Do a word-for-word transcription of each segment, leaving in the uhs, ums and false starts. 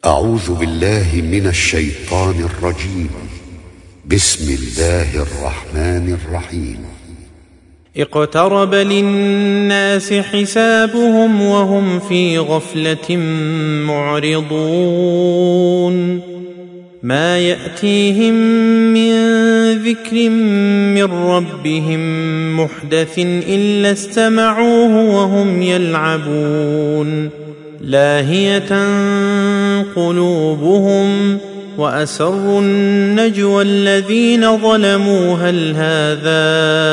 أعوذ بالله من الشيطان الرجيم. بسم الله الرحمن الرحيم. اقترب للناس حسابهم وهم في غفلة معرضون ما يأتيهم من ذكر من ربهم محدث إلا استمعوه وهم يلعبون لاهية قلوبهم وأسروا النجوى الذين ظلموا هل هذا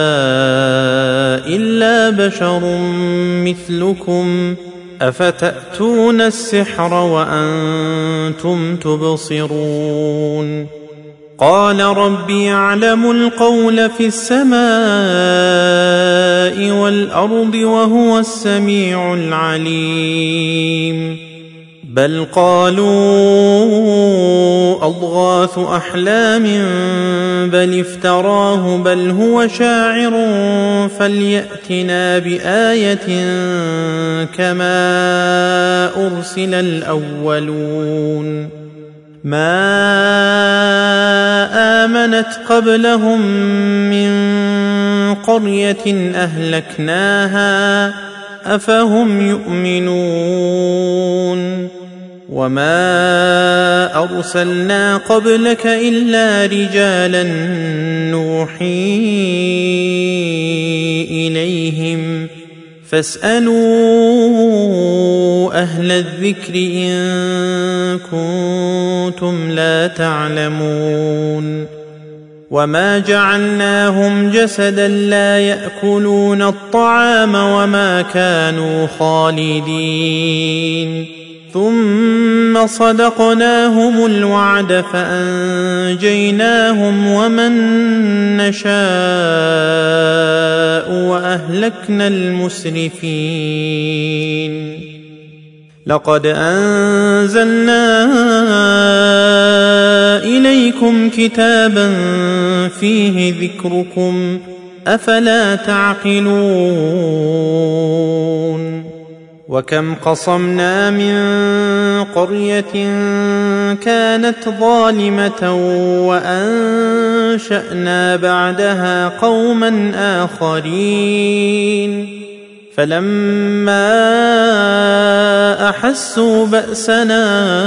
إلا بشر مثلكم أفتأتون السحر وأنتم تبصرون قال ربي يعلم القول في السماء والأرض وهو السميع العليم بل قالوا أضغاث أحلام بل افتراه بل هو شاعر فليأتنا بآية كما أرسل الأولون ما آمنت قبلهم من قرية أهلكناها أفهم يؤمنون وما أرسلنا قبلك إلا رجالا نوحي إليهم فاسألوا أهل الذكر إن كنتم لا تعلمون وما جعلناهم جسدا لا يأكلون الطعام وما كانوا خالدين ثم صدقناهم الوعد فأنجيناهم ومن نشاء وأهلكنا المسرفين لقد أنزلنا إليكم كتابا فيه ذكركم أفلا تعقلون وكم قصمنا من قرية كانت ظالمة وأنشأنا بعدها قوما آخرين فلما أحسوا بأسنا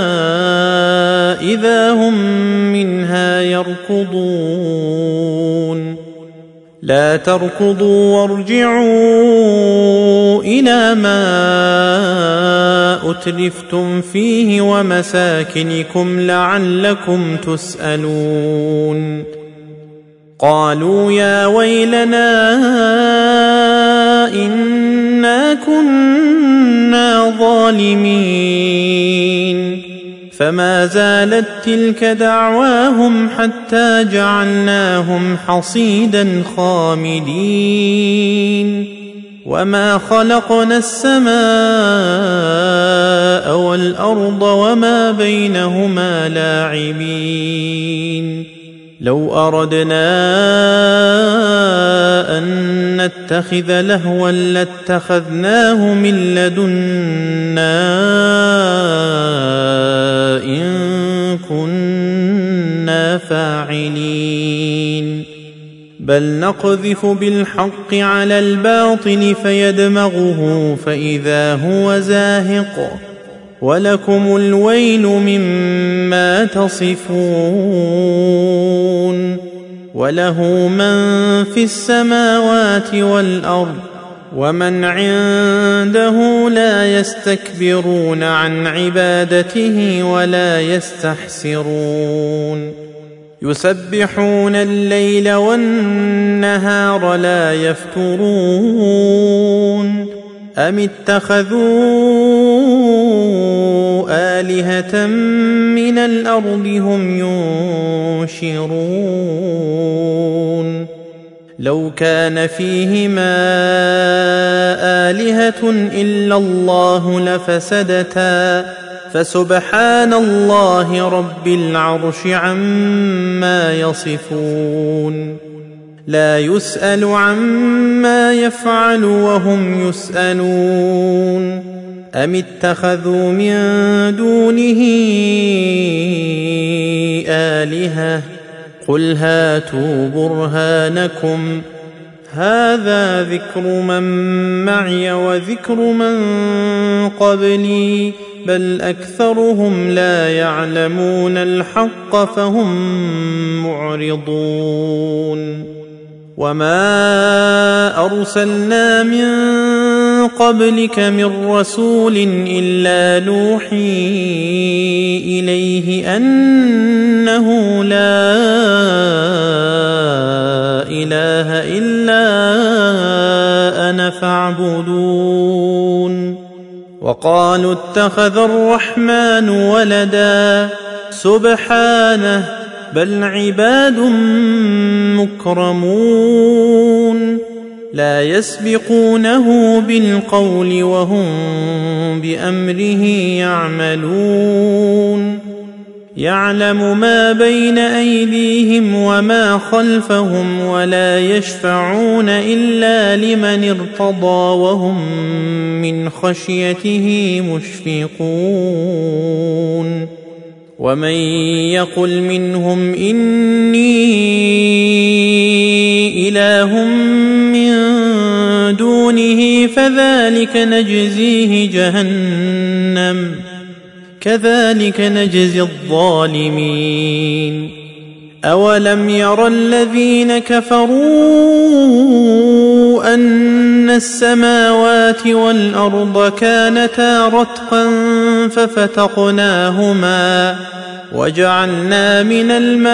إذا هم منها يركضون لا تركضوا وارجعوا إلى ما أترفتم فيه ومساكنكم لعلكم تسألون قالوا يا ويلنا إنا كنا ظالمين فما زالت تلك دعواهم حتى جعلناهم حصيدا خامدين وما خلقنا السماء والأرض وما بينهما لاعبين لو أردنا أن نتخذ لهوا لاتخذناه من لدنا إن كنا فاعلين بل نقذف بالحق على الباطل فيدمغه فإذا هو زاهق ولكم الويل مما تصفون وله من في السماوات والأرض ومن عنده لا يستكبرون عن عبادته ولا يستحسرون يسبحون الليل والنهار لا يفترون أم اتخذوا آلهة من الأرض هم ينشرون لو كان فيهما آلهة إلا الله لفسدتا فسبحان الله رب العرش عما يصفون لا يسأل عما يفعل وهم يسألون أم اتخذوا من دونه آلهة قل هاتوا برهانكم هذا ذكر من معي وذكر من قبلي بل أكثرهم لا يعلمون الحق فهم معرضون وما أرسلنا من قبلك من رسول إلا نوحي إليه أنه لا إله إلا أنا فاعبدون وقالوا اتخذ الرحمن ولدا سبحانه بل عباد مكرمون لا يسبقونه بالقول وهم بأمره يعملون يعلم ما بين أيديهم وما خلفهم ولا يشفعون إلا لمن ارتضى وهم من خشيته مشفقون ومن يقل منهم إني إله من دونه فذلك نجزيه جهنم كذلك نجزي الظالمين أولم ير الذين كفروا أن السماوات والأرض كانتا رتقا ففتقناهما وجعلنا من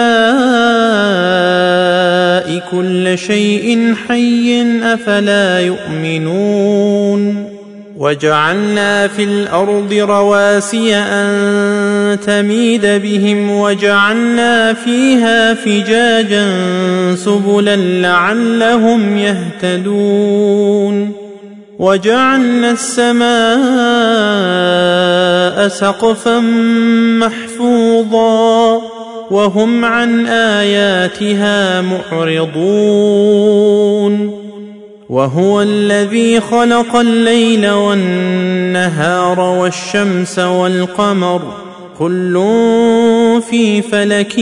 الماء كل شيء حي أفلا يؤمنون وجعلنا في الأرض رواسي أن تميد بهم وجعلنا فيها فجاجا سبلا لعلهم يهتدون وجعلنا السماء سقفا محفوظا وهم عن آياتها معرضون وهو الذي خلق الليل والنهار والشمس والقمر كل في فلك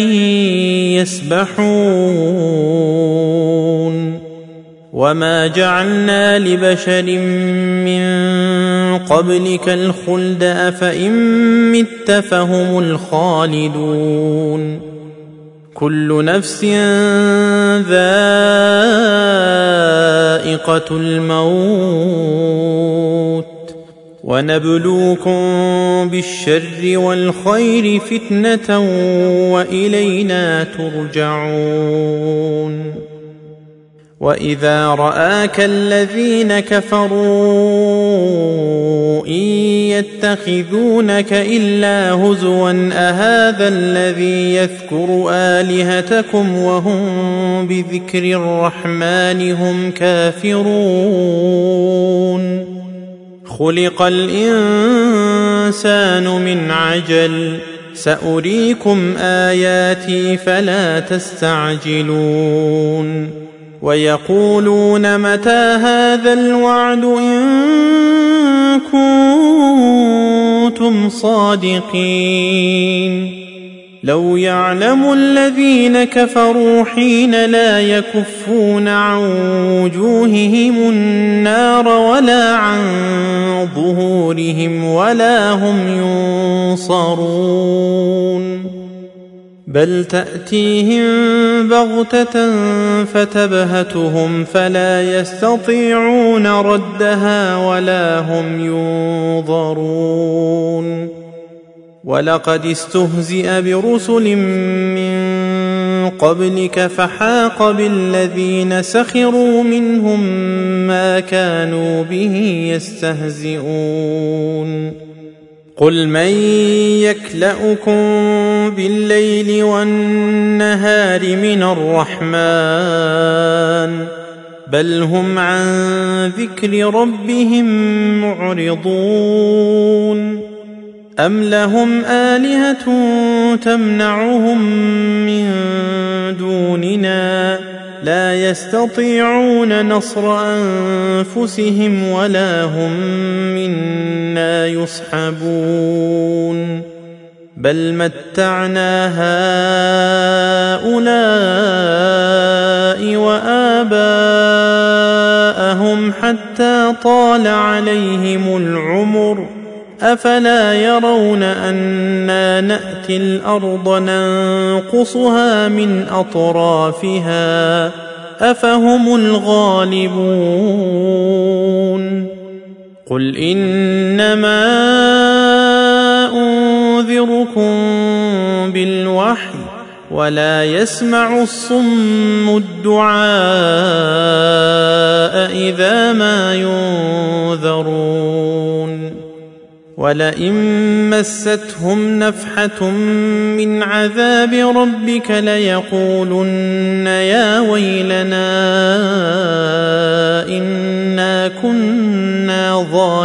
يسبحون وما جعلنا لبشر من قبلك الخلد أفإن مت فهم الخالدون كل نفس ذائقة الموت ونبلوكم بالشر والخير فتنة وإلينا ترجعون وإذا رآك الذين كفروا إن يتخذونك إلا هزوا أهذا الذي يذكر آلهتكم وهم بذكر الرحمن هم كافرون خلق الإنسان من عجل سأريكم آياتي فلا تستعجلون ويقولون متى هذا الوعد إن كنتم صادقين لو يعلم الذين كفروا حين لا يكفون عن وجوههم النار ولا عن ظهورهم ولا هم ينصرون بل تأتيهم بغتة فتبهتهم فلا يستطيعون ردها ولا هم ينظرون ولقد استهزئ برسل من قبلك فحاق بالذين سخروا منهم ما كانوا به يستهزئون قل من يكلؤكم بالليل والنهار من الرحمن بل هم عن ذكر ربهم معرضون أم لهم آلهة تمنعهم من دوننا لا يستطيعون نصر أنفسهم ولا هم منا يصحبون بل متعنا هؤلاء وآباءهم حتى طال عليهم العمر أفلا يرون أنا نأتي الأرض ننقصها من أطرافها أفهم الغالبون قل إنما أنذركم بالوحي ولا يسمع الصم الدعاء إذا ما ينذرون ولئن مستهم نفحة من عذاب ربك ليقولن يا ويلنا إنا كنا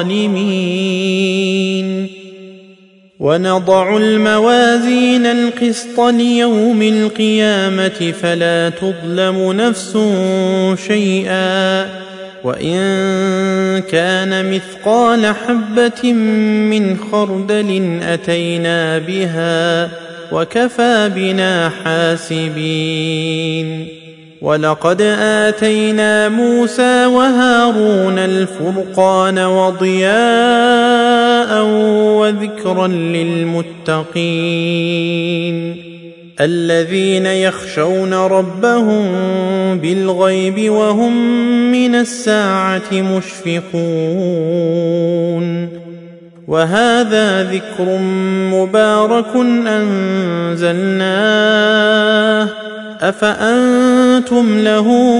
ظالمين ونضع الموازين القسط ليوم القيامة فلا تظلم نفس شيئا وإن كان مثقال حبة من خردل أتينا بها وكفى بنا حاسبين ولقد آتينا موسى وهارون الفرقان وضياء وذكرا للمتقين الذين يخشون ربهم بالغيب وهم من الساعة مشفقون وهذا ذكر مبارك أنزلناه أفأنتم له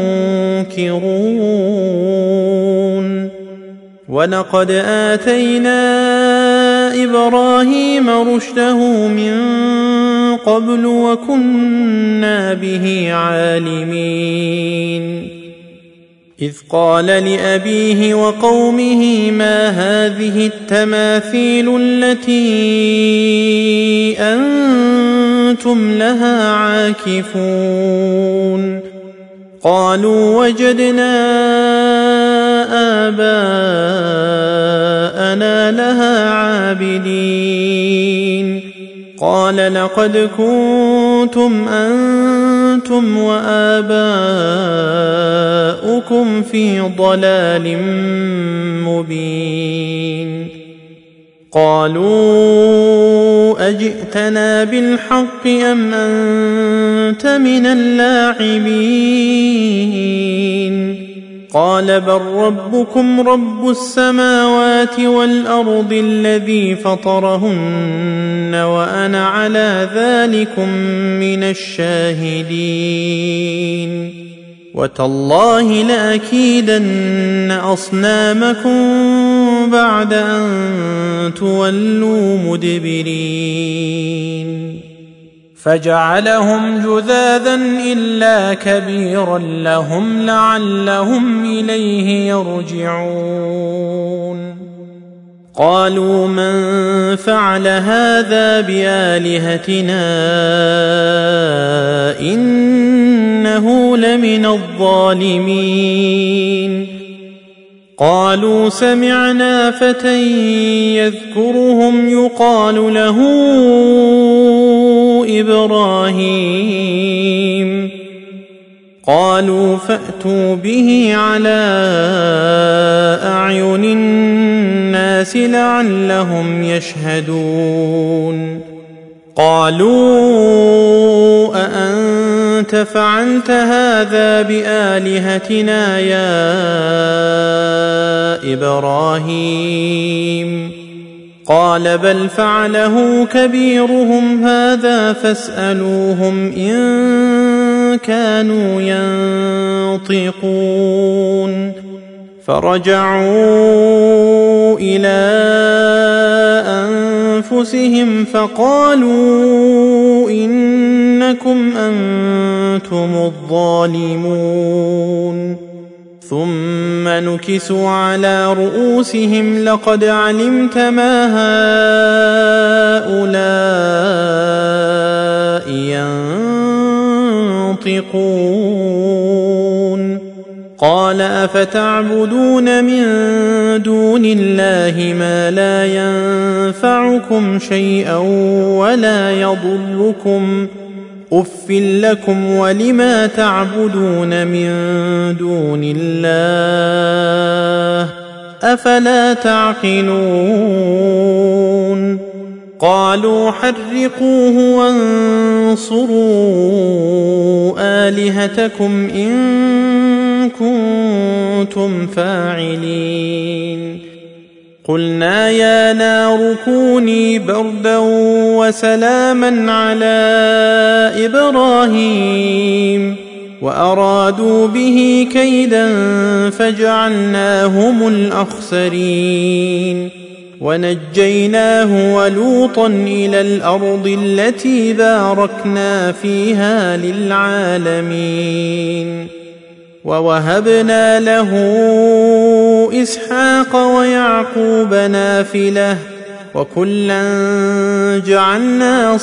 منكرون ولقد آتينا إبراهيم رشده من قبل وكنا به عالمين إذ قال لأبيه وقومه ما هذه التماثيل التي أنتم لها عاكفون قالوا وجدنا آباءنا لها عابدين قال لقد كنتم أنتم وآباؤكم في ضلال مبين قالوا أجئتنا بالحق أم أنت من اللاعبين قال بل ربكم رب السماوات والأرض الذي فطرهن وأنا على ذلكم من الشاهدين وتالله لأكيدن أصنامكم بعد أن تولوا مدبرين فجعلهم جذاذا إلا كبيرا لهم لعلهم إليه يرجعون قالوا من فعل هذا بآلهتنا إنه لمن الظالمين قالوا سمعنا فتى يذكرهم يقال له إبراهيم قالوا فأتوا به على أعين الناس لعلهم يشهدون قالوا أأنت فعلت هذا بآلهتنا يا إبراهيم قال بل فعله كبيرهم هذا فاسألوهم إن كانوا ينطقون فرجعوا إلى أنفسهم فقالوا إنكم أنتم الظالمون ثم نكسوا على رؤوسهم لقد علمت ما هؤلاء ينطقون قال أفتعبدون من دون الله ما لا ينفعكم شيئا ولا يضركم أف لكم ولما تعبدون من دون الله أفلا تعقلون قالوا حرقوه وانصروا آلهتكم إن كنتم فاعلين قلنا يا نار كوني بردا وسلاما على إبراهيم وأرادوا به كيدا فجعلناهم الأخسرين ونجيناه ولوطا إلى الأرض التي باركنا فيها للعالمين ووهبنا له إسحاق ويعقوب نافلة وكلا جعلنا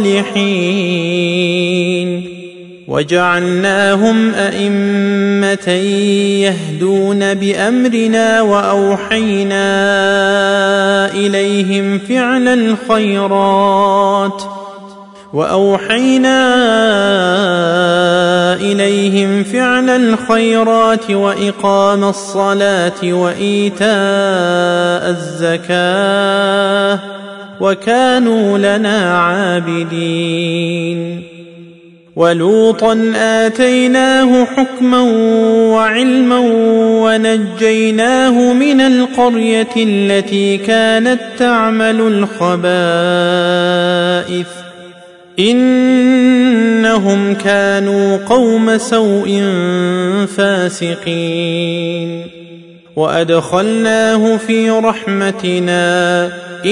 صالحين وجعلناهم أئمة يهدون بأمرنا وأوحينا إليهم فعل الخيرات وأوحينا إليهم فعل الخيرات وإقام الصلاة وإيتاء الزكاة وكانوا لنا عابدين ولوطا آتيناه حكما وعلما ونجيناه من القرية التي كانت تعمل الخبائث إنهم كانوا قوم سوء فاسقين وأدخلناه في رحمتنا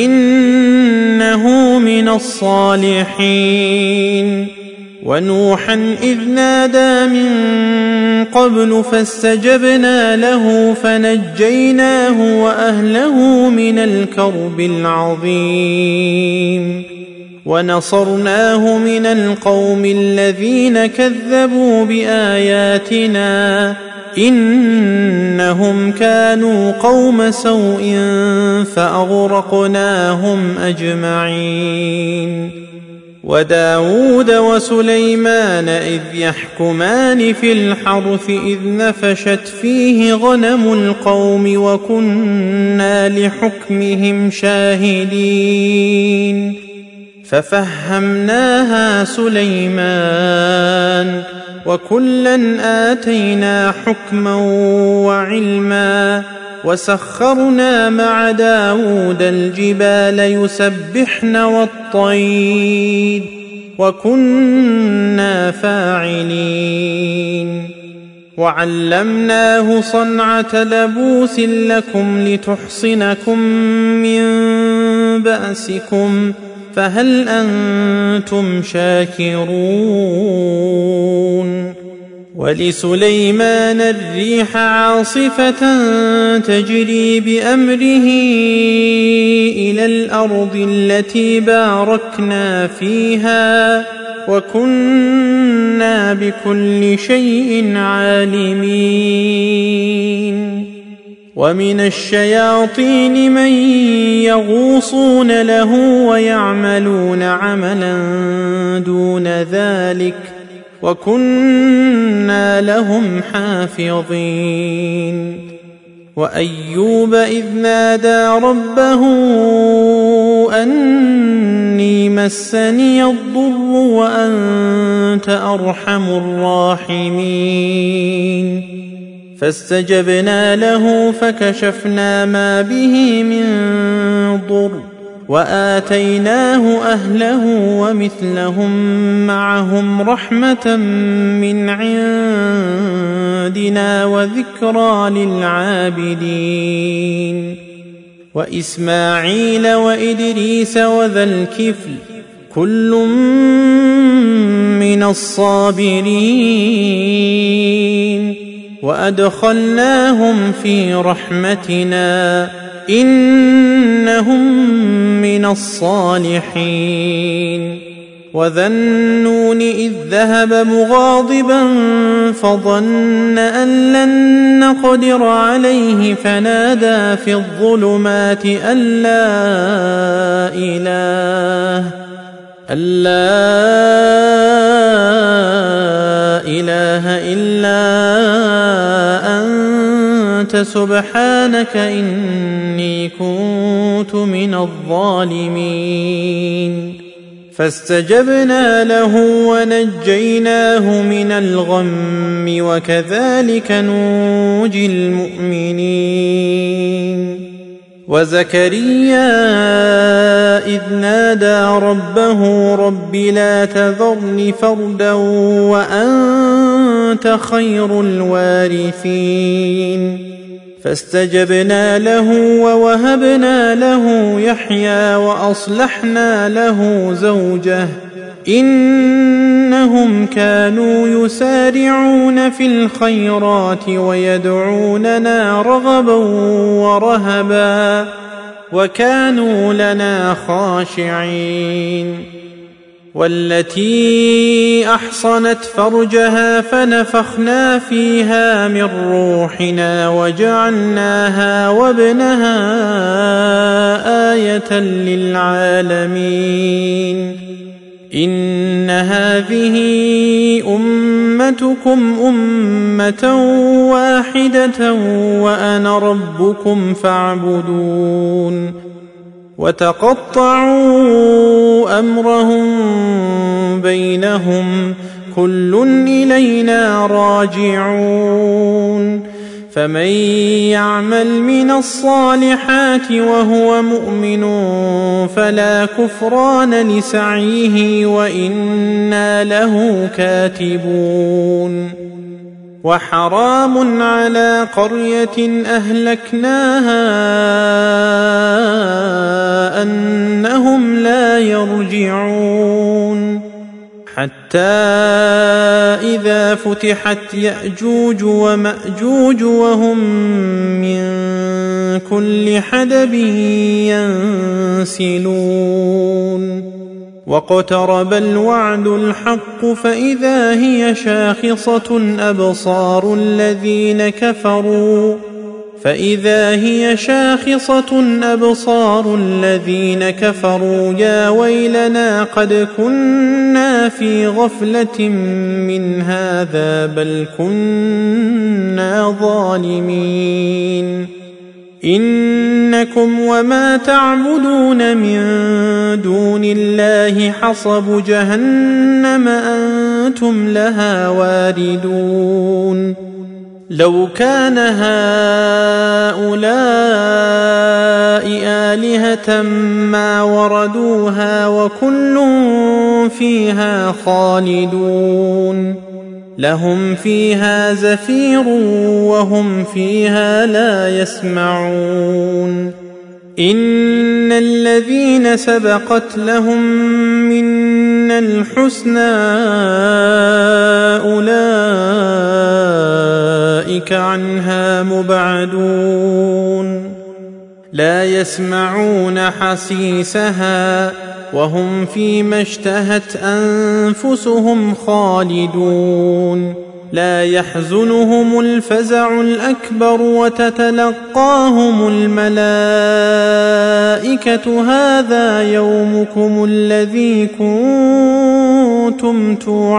إنه من الصالحين ونوحا إذ نادى من قبل فاستجبنا له فنجيناه وأهله من الكرب العظيم ونصرناه من القوم الذين كذبوا بآياتنا إنهم كانوا قوم سوء فأغرقناهم أجمعين وداود وسليمان إذ يحكمان في الحرث إذ نفشت فيه غنم القوم وكنا لحكمهم شاهدين ففهمناها سليمان وكلا آتينا حكما وعلما وسخرنا مع داود الجبال يسبحن والطير وكنا فاعلين وعلمناه صنعة لبوس لكم لتحصنكم من بأسكم فهل أنتم شاكرون ولسليمان الريح عاصفة تجري بأمره إلى الأرض التي باركنا فيها وكنا بكل شيء عالمين ومن الشياطين من يغوصون له ويعملون عملا دون ذلك وكنا لهم حافظين وأيوب إذ نادى ربه أني مسني الضر وأنت أرحم الراحمين فاستجبنا له فكشفنا ما به من ضر وآتيناه أهله ومثلهم معهم رحمة من عندنا وذكرى للعابدين وإسماعيل وإدريس وذا الكفل كل من الصابرين وأدخلناهم في رحمتنا إنهم من الصالحين وذا النون إذ ذهب مغاضبا فظن أن لن نقدر عليه فنادى في الظلمات أن لا إله أن لا إله إلا أنت سبحانك إني كنت من الظالمين فاستجبنا له ونجيناه من الغم وكذلك ننجي المؤمنين وزكريا إذ نادى ربه رب لا تذرني فردا وأنت خير الوارثين فاستجبنا له ووهبنا له يحيى وأصلحنا له زوجه إنهم كانوا يسارعون في الخيرات ويدعوننا رغبا ورهبا وكانوا لنا خاشعين والتي أحصنت فرجها فنفخنا فيها من روحنا وجعلناها وابنها آية للعالمين إن هذه أمتكم أمة واحدة وأنا ربكم فاعبدون وتقطعوا أمرهم بينهم كل إلينا راجعون فمن يعمل من الصالحات وهو مؤمن فلا كفران لسعيه وإنا له كاتبون وحرام على قرية أهلكناها أنهم لا يرجعون حتى إذا فتحت يأجوج ومأجوج وهم من كل حدب ينسلون واقترب الوعد الحق فإذا هي شاخصة أبصار الذين كفروا فإذا هي شاخصة أبصار الذين كفروا يا ويلنا قد كنا في غفلة من هذا بل كنا ظالمين إنكم وما تعبدون من دون الله حصب جهنم أنتم لها واردون لو كان هؤلاء آلهة ما وردوها وكل فيها خالدون لهم فيها زفير وهم فيها لا يسمعون إن الذين سبقت لهم منا الحسنى أولئك عنها مبعدون لا يسمعون حسيسها وهم فيما اشتهت أنفسهم خالدون لا يحزنهم الفزع الأكبر وتتلقاهم الملائكة هذا يومكم الذي كنتم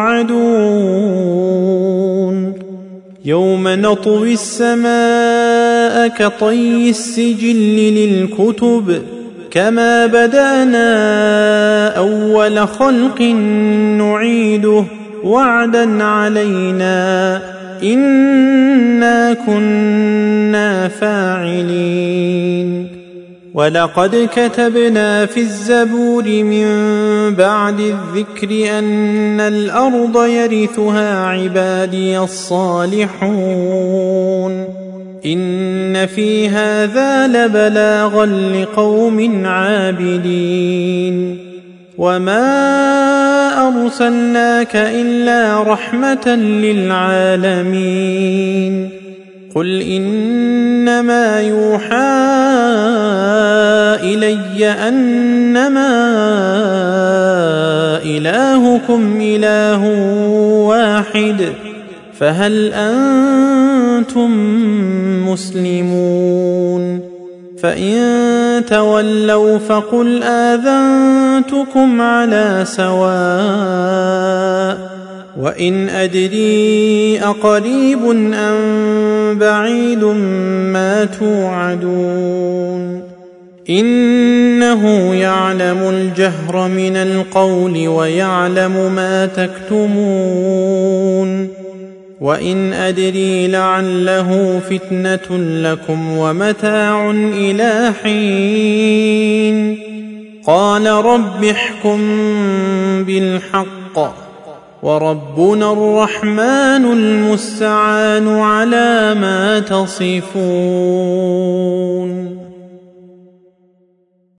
توعدون يوم نطوي السماء كطي السجل للكتب كما بدأنا أول خلق نعيده وعدا علينا إنا كنا فاعلين ولقد كتبنا في الزبور من بعد الذكر أن الأرض يرثها عبادي الصالحون إن في هذا لبلاغا لقوم عابدين وما أرسلناك إلا رحمة للعالمين قل إنما يوحى إلي أنما إلهكم إله واحد فهل أنتم مسلمون فإن تولوا فقل آذنتكم على سواء وإن أدري أقريب أم بعيد ما توعدون إنه يعلم الجهر من القول ويعلم ما تكتمون وإن أدري لعله فتنة لكم ومتاع إلى حين قال رب احكم بالحق وربنا الرحمن المستعان على ما تصفون.